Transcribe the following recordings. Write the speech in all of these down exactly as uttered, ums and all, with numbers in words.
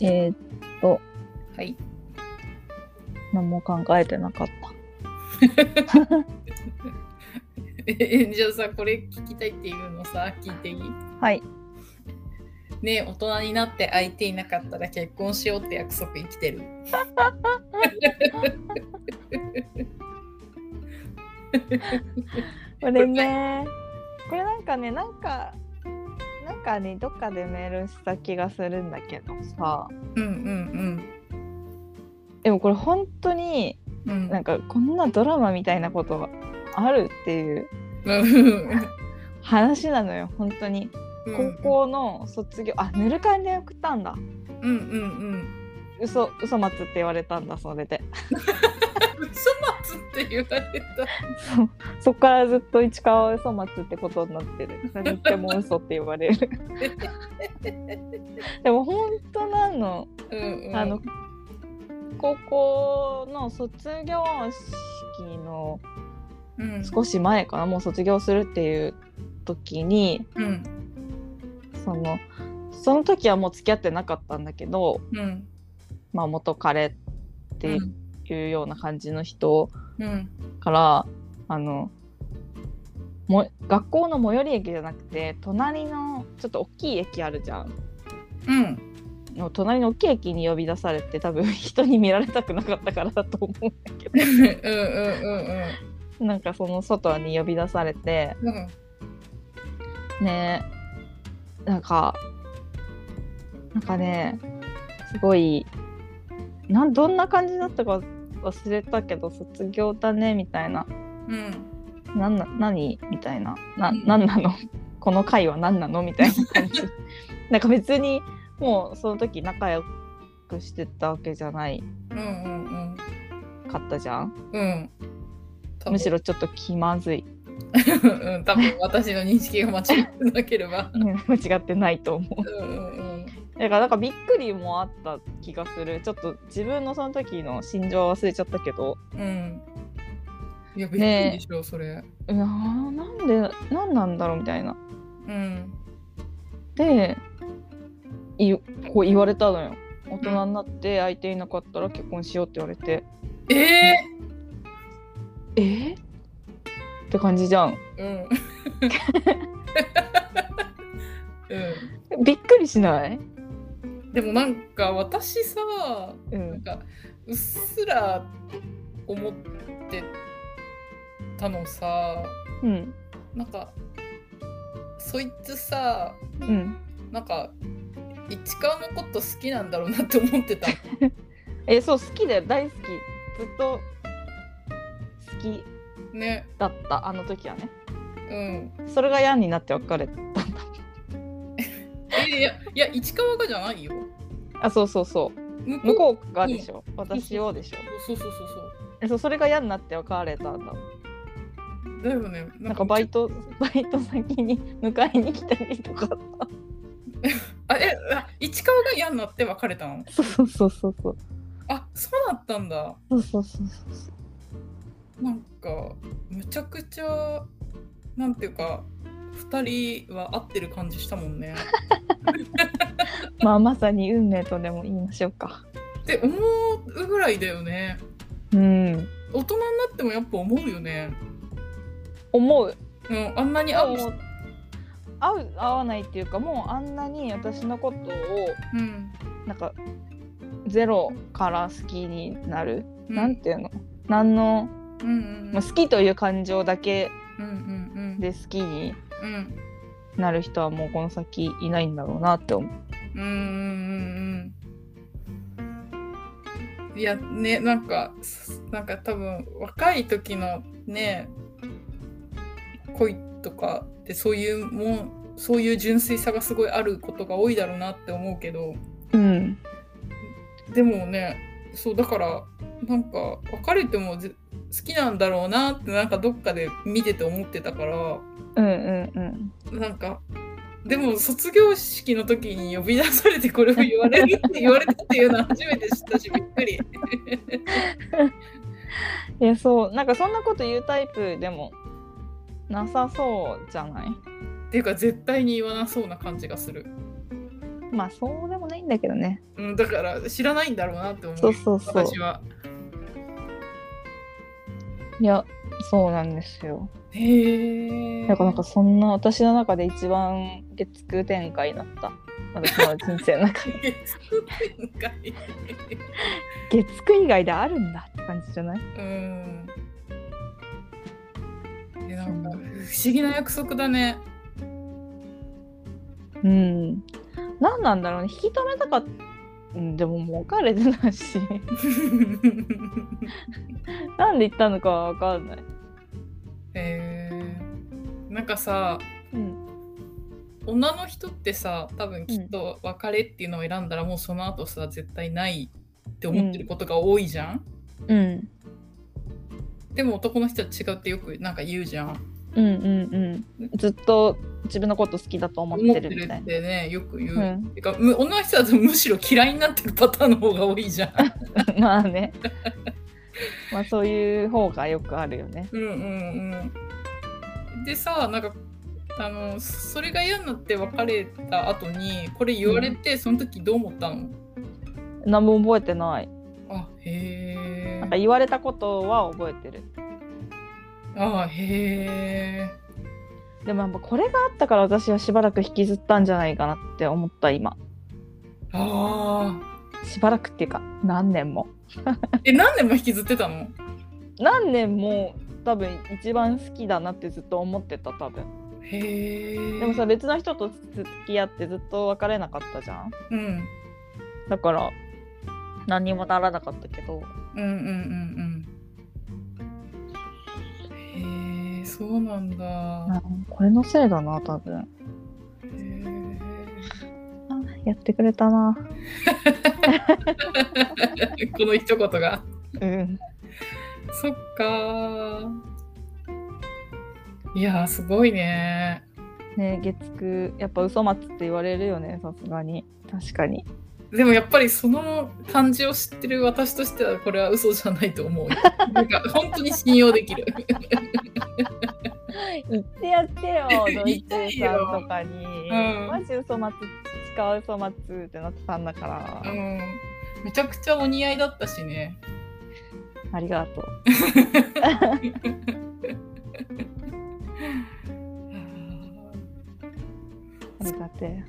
えー、っと、 はい。 何も考えてなかった。 え、じゃあさ、これ聞きたいっていうのさ、聞いていい？ はい。 ねえ、大人になって相手いなかったら結婚しようって約束生きてる？ これね、これなんかね、なんか、なんかね、どっかでメールした気がするんだけどさ。 うんうんでもこれ本当に、 うん。 なんかこんなドラマみたいなことがあるっていううん話なのよ、本当に。 うん高校の卒業、あ、ぬるかんで送ったんだ。 うんうんうん。 嘘、嘘松って言われたんだ、それで。 嘘松って言われた。 そう、そっからずっと市川は嘘松ってことになってる。何言っても嘘って言われる。でも本当なの。 うんうん、 あの高校の卒業式の少し前かな、うん、もう卒業するっていう時に、 うん、 そのその時はもう付き合ってなかったんだけど、 うん、 まあ元彼っていうような感じの人から、うん、あのも学校の最寄り駅じゃなくて隣のちょっと大きい駅あるじゃん。 うん。 の隣の大きい駅に呼び出されて、多分人に見られたくなかったからだと思うんだけどうんうんうんうん、なんかその外に呼び出されて、うん、ねえ、なんかなんかねすごいなんどんな感じだったか忘れたけど、卒業だねみたいな、うん、なんな何みたいな、な、うん、なんなのこの会は何なのみたいな感じなんか別にもうその時仲良くしてたわけじゃないかったじゃん、うんうん、むしろちょっと気まずいうん、多分私の認識が間違ってなければ間違ってないと思ううんうん、うん、だからなんかびっくりもあった気がする。ちょっと自分のその時の心情は忘れちゃったけど、うん、 いやびっくりでしょ、ね、それ。 いやなんでなんなんだろうみたいな、うん、でいこう言われたのよ。大人になって相手いなかったら結婚しようって言われて、 うん、えー、えー、って感じじゃん、うんうん、びっくりしない？ でもなんか私さ、うん、なんかうっすら思ってたのさ、うん、なんかそいつさ、うん、なんか市川のこと好きなんだろうなって思ってたえ、そう、好きだよ、大好き、ずっと好きだった、ね、あの時はね、うん、それが嫌になって別れたんだえいやいや市川がじゃないよ。 あ、そうそうそう、向こう、向こうがでしょ、うん、私をでしょ。 そうそうそうそうそうえ、そう、それが嫌になって別れたんだ。 だよね。 なんかバイトバイト先に迎えに来たりとかあえあ市川が嫌になって別れたの？ そうそうそうそうそう。 あ、そうだったんだ。 そうそうそうそう。 なんかむちゃくちゃなんていうかふたりは合ってる感じしたもんねまあまさに運命とでも言いましょうかって思うぐらいだよね。 うん。 大人になってもやっぱ思うよね。 思う。 うん、あんなに合う合う合わないっていうか、もうあんなに私のことを、うん、なんかゼロから好きになる、うん、なんていうの、なんの、うんうんまあ、好きという感情だけで好きになる人はもうこの先いないんだろうなって思う。うんうんうんうん。いやね、なんかなんか多分若い時のね恋とかってそういうもんそういう純粋さがすごいあることが多いだろうなって思うけど、うん、でもね、そうだからなんか別れても好きなんだろうなってなんかどっかで見てて思ってたから、うんうんうん、なんかでも卒業式の時に呼び出されてこれを言われるって言われたっていうのは初めて知ったしびっくりいやそうなんかそんなこと言うタイプでもなさそうじゃない？ っていうか絶対に言わなそうな感じがする。 まあそうでもないんだけどね。 うん、だから知らないんだろうなって思う。 そうそうそう。 私は。 いや、そうなんですよ。 へえ。 なかなかそんな私の中で一番月9展開になった。私の人生の中で。 月九展開。 月9以外であるんだって感じじゃない？ うん。え、なんか不思議な約束だね。 うん。何なんだろうね。引き止めたかった。うん、でももう別れてないし。なんで言ったのかわかんない。 へえ。なんかさ、うん、女の人ってさ、多分きっと別れっていうのを選んだら、うん、もうその後さ絶対ないって思ってることが多いじゃん。うん。うん、でも男の人は違うってよくなんか言うじゃん。うんうんうん。ずっと自分のこと好きだと思ってるみたいな。思ってるってね、よく言う。うん、てか女の人はむしろ嫌いになってるパターンの方が多いじゃん。 まあね。まあそういう方がよくあるよね。 うんうんうん。でさ、なんかあのそれが嫌になって別れた後にこれ言われて、うん、その時どう思ったの？ 何も覚えてない。 あ、へえ。 なんか言われたことは覚えてる。 あ、へえ。 でもやっぱこれがあったから私はしばらく引きずったんじゃないかなって思った今。ああ。しばらくっていうか何年も。 え、何年も引きずってたの？ 何年も多分一番好きだなってずっと思ってた多分。 へえ。 でもさ、別の人と付き合ってずっと別れなかったじゃん。うん。だから何にもならなかったけど。 うんうんうんうん。へえ、そうなんだ。 これのせいだな多分。へえ。やってくれたな。 この一言が。 うん。 そっか。いやーすごいね。 ね、月くやっぱ嘘松って言われるよね、さすがに。確かに。 でもやっぱりその感じを知ってる私としてはこれは嘘じゃないと思う。なんか本当に信用できる。 言ってやってよ、ドイツさんとかに。うん、マジ嘘松使う嘘松ってなってたんだから、 うん。めちゃくちゃお似合いだったしね。 ありがとう。ありがてえ。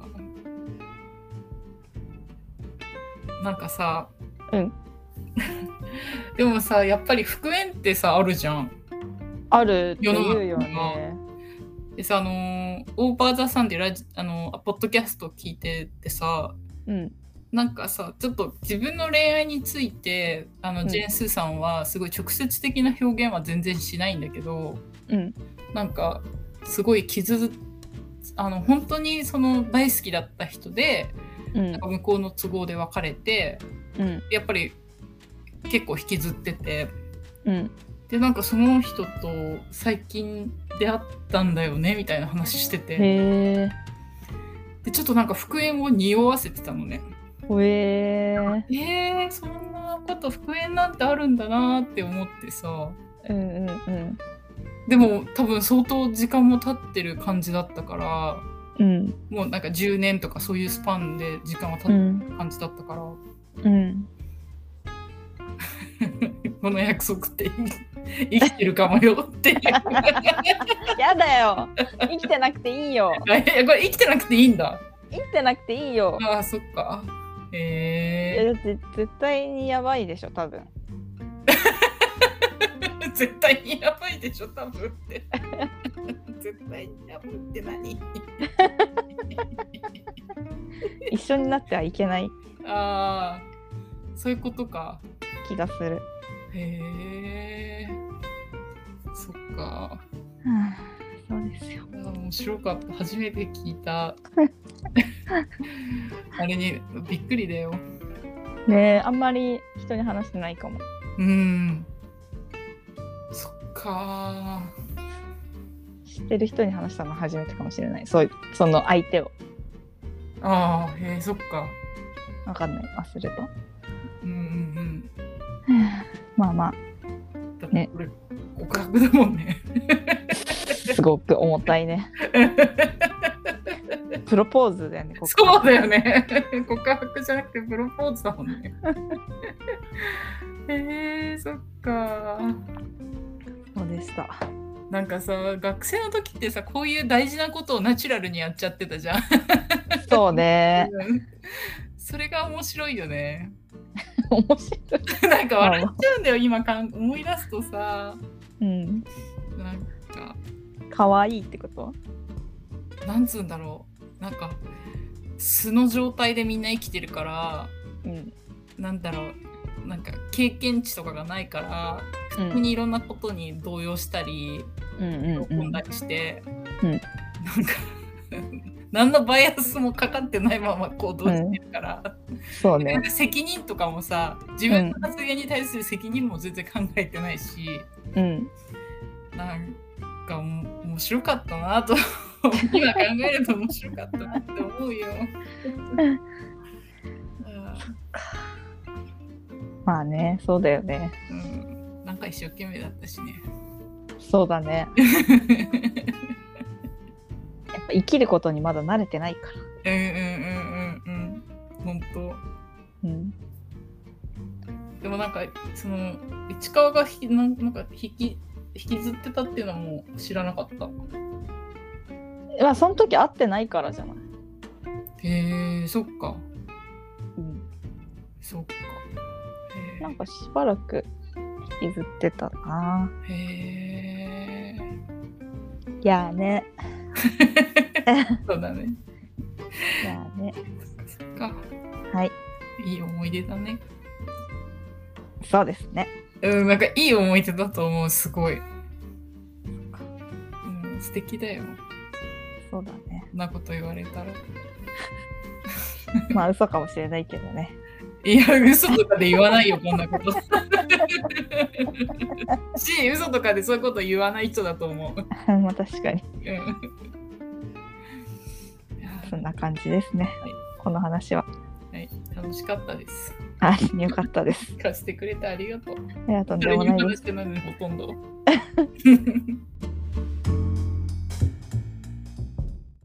なんかさ、 うん。 でもさ、やっぱり復縁ってさあるじゃん。 あるって言うよね。 でさ、あのー、オーバーザさんでラジあのポッドキャスト聞いててさ、うん、なんかさちょっと自分の恋愛についてあの、うん、ジェーン・スーさんはすごい直接的な表現は全然しないんだけど、うん、なんかすごい傷あの本当にその大好きだった人で、うん、なんか向こうの都合で別れて、うん、やっぱり結構引きずってて、うん、でなんかその人と最近出会ったんだよねみたいな話してて、へでちょっとなんか復縁を匂わせてたのね。 へーえー、そんなこと復縁なんてあるんだなって思ってさ、うんうんうん、でも多分相当時間も経ってる感じだったから、うん、もうなんかじゅうねんとかそういうスパンで時間は経ってる感じだったから、うん、この約束って生きてるかもよっていうやだよ、生きてなくていいよ。 これ生きてなくていいんだ。 生きてなくていいよ。 ああ、そっか。へえ。 だって絶対にやばいでしょ多分。 絶対にやばいでしょ多分って絶対にやばいって何一緒になってはいけない。 ああ、そういうことか。 気がする。 へえ、そっか、はあ、 そうですよ。 面白かった、初めて聞いたあれにびっくりだよね。え、あんまり人に話してないかも。 うん、そっか。 知ってる人に話したの初めてかもしれない。そう、その相手を。 ああ、へえ、そっか。 わかんない、忘れた。 うんうんうん。 まあまあ。 だってこれ、ね、告白だもんね。 すごく重たいね。 プロポーズだよね。 そうだよね。告白じゃなくてプロポーズだもんね。えー、そっか。 そうでした。 なんかさ、学生の時ってさ、こういう大事なことをナチュラルにやっちゃってたじゃん。 そうね。 それが面白いよね。 面白い。 なんか笑っちゃうんだよ、今かん思い出すとさ。 うん。 なんか。 かわいいってこと？ なんつうんだろう。なんか素の状態でみんな生きてるから、 うん、 なんだろう。なんか経験値とかがないから、普通にいろんなことに動揺したり、 うん、 喜んだりして、 うん、 なんか何のバイアスもかかってないまま行動してるから、うん、 そうね。 なんか責任とかもさ、自分の発言に対する責任も全然考えてないし、 うん、 なんか面白かったなと今考えると面白かったなって思うよ。 まあね、そうだよね。 うん、なんか一生懸命だったしね。 そうだね。やっぱ生きることにまだ慣れてないから。 うんうんうんうんうん。本当。 うん。 でもなんかその市川がひなんなんか引き引きずってたっていうのも知らなかった。 いや、その時会ってないからじゃない。 へえ、そっか。 うん。 そっか。 なんかしばらく引きずってたな。 へえ。 いやーね。 そうだね。 いやーね。 そっか。 はい。 いい思い出だね。 そうですね。 うん、なんかいい思い出だと思う、すごい。うん、素敵だよ。 そうだね。 そんなこと言われたら。 まあ嘘かもしれないけどね。 いや、嘘とかで言わないよ、こんなこと。し、嘘とかでそういうこと言わない人だと思う。 まあ確かに。そんな感じですね。はい、この話は。 はい、楽しかったです。 はい、よかったです。 聞かせてくれてありがとう。 いや、とんでもないです。 話してないのにほとんど。